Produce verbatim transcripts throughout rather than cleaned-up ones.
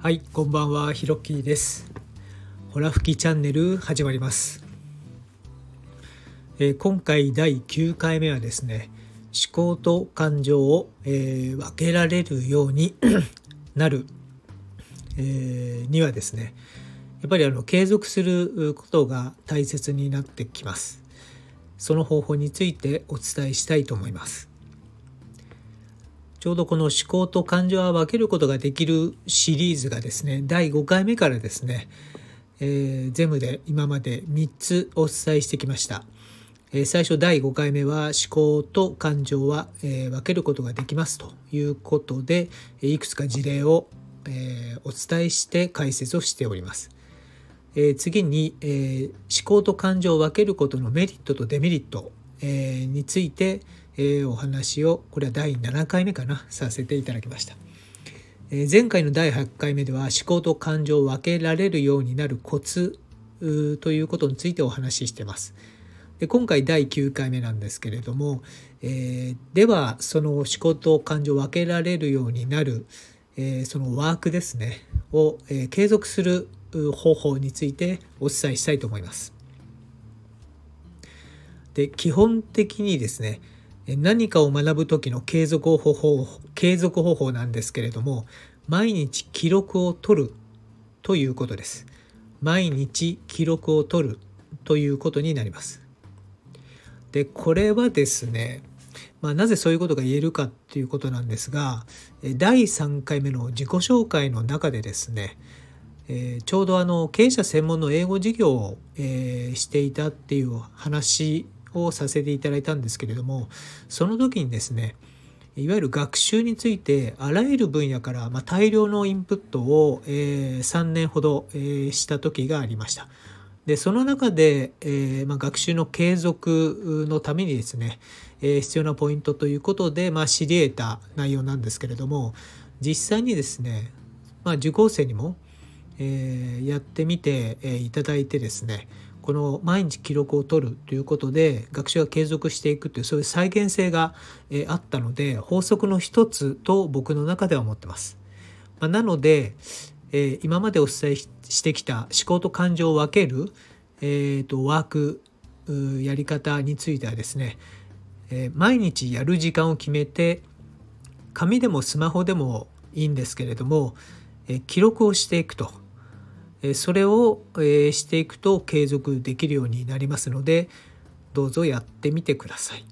はい、こんばんは、ひろきです。ほら吹きチャンネル始まります。えー、今回だいきゅうかいめはですね、思考と感情を、えー、分けられるようになる、えー、にはですね、やっぱりあの継続することが大切になってきます。その方法についてお伝えしたいと思います。ちょうどこの思考と感情は分けることができるシリーズがですね、だいごかいめからですね、えー、全部で今までみっつお伝えしてきました。えー、最初だいごかいめは思考と感情は、えー、分けることができますということで、いくつか事例を、えー、お伝えして解説をしております。えー、次に、えー、思考と感情を分けることのメリットとデメリット、えー、について、えー、お話を、これはだいななかいめかな、させていただきました。えー、前回のだいはちかいめでは思考と感情を分けられるようになるコツということについてお話ししています。で今回だいきゅうかいめなんですけれども、えー、ではその思考と感情を分けられるようになる、えー、そのワークですねを、えー、継続する方法についてお伝えしたいと思います。で基本的にですね、何かを学ぶ時の継続方法継続方法なんですけれども、毎日記録を取るということです。毎日記録を取るということになります。でこれはですね、まあ、なぜそういうことが言えるかっていうことなんですが、だいさんかいめの自己紹介の中でですね、えー、ちょうどあの経営者専門の英語授業を、えー、していたっていう話をさせていただいたんですけれども、その時にですね、いわゆる学習についてあらゆる分野から、まあ、大量のインプットを、えー、さんねんほど、えー、した時がありました。でその中で、えーまあ、学習の継続のためにですね、えー、必要なポイントということで、まあ、知り得た内容なんですけれども、実際にですね、まあ、受講生にも、えー、やってみて、えー、いただいてですね、この毎日記録を取るということで学習が継続していくという、そういう再現性が、えー、あったので、法則の一つと僕の中では思ってます。まあ、なので、えー、今までお伝えしてきた思考と感情を分ける、えー、とワークやり方についてはですね、えー、毎日やる時間を決めて、紙でもスマホでもいいんですけれども、えー、記録をしていくと、えー、それを、えー、していくと継続できるようになりますので、どうぞやってみてください。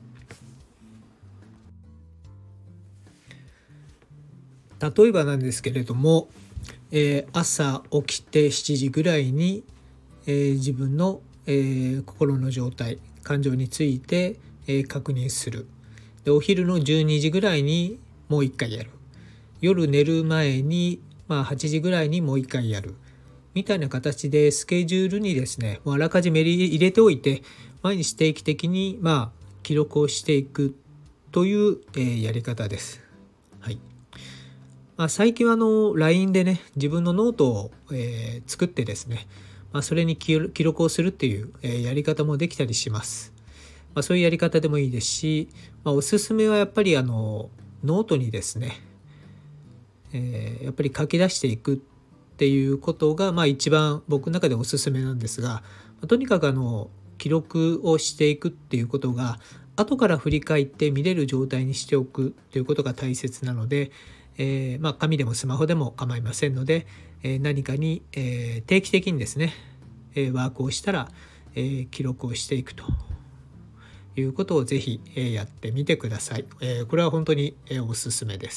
例えばなんですけれども、えー、朝起きてしちじぐらいに、えー、自分の、えー、心の状態、感情について、えー、確認する。でお昼のじゅうにじぐらいにもう一回やる。夜寝る前に、まあ、はちじぐらいにもう一回やるみたいな形で、スケジュールにですね、あらかじめ入れておいて、毎日定期的に、まあ、記録をしていくという、えー、やり方です。はい。まあ、最近はあの ライン でね、自分のノートを、えー、作ってですね、まあ、それに記録をするっていう、えー、やり方もできたりします。まあ、そういうやり方でもいいですし、まあ、おすすめはやっぱりあのノートにですね、えー、やっぱり書き出していくっていうことが、まあ、一番僕の中でおすすめなんですが、まあ、とにかくあの記録をしていくっていうことが、後から振り返って見れる状態にしておくということが大切なので、えーまあ、紙でもスマホでも構いませんので、えー、何かに、えー、定期的にですね、えー、ワークをしたら、えー、記録をしていくということをぜひ、えー、やってみてください。えー、これは本当に、えー、おすすめです。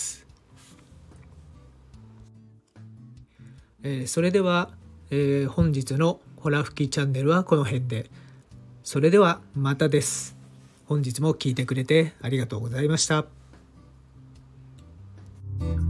えー、それでは、えー、本日のほら吹きチャンネルはこの辺で。それではまたです。本日も聞いてくれてありがとうございました。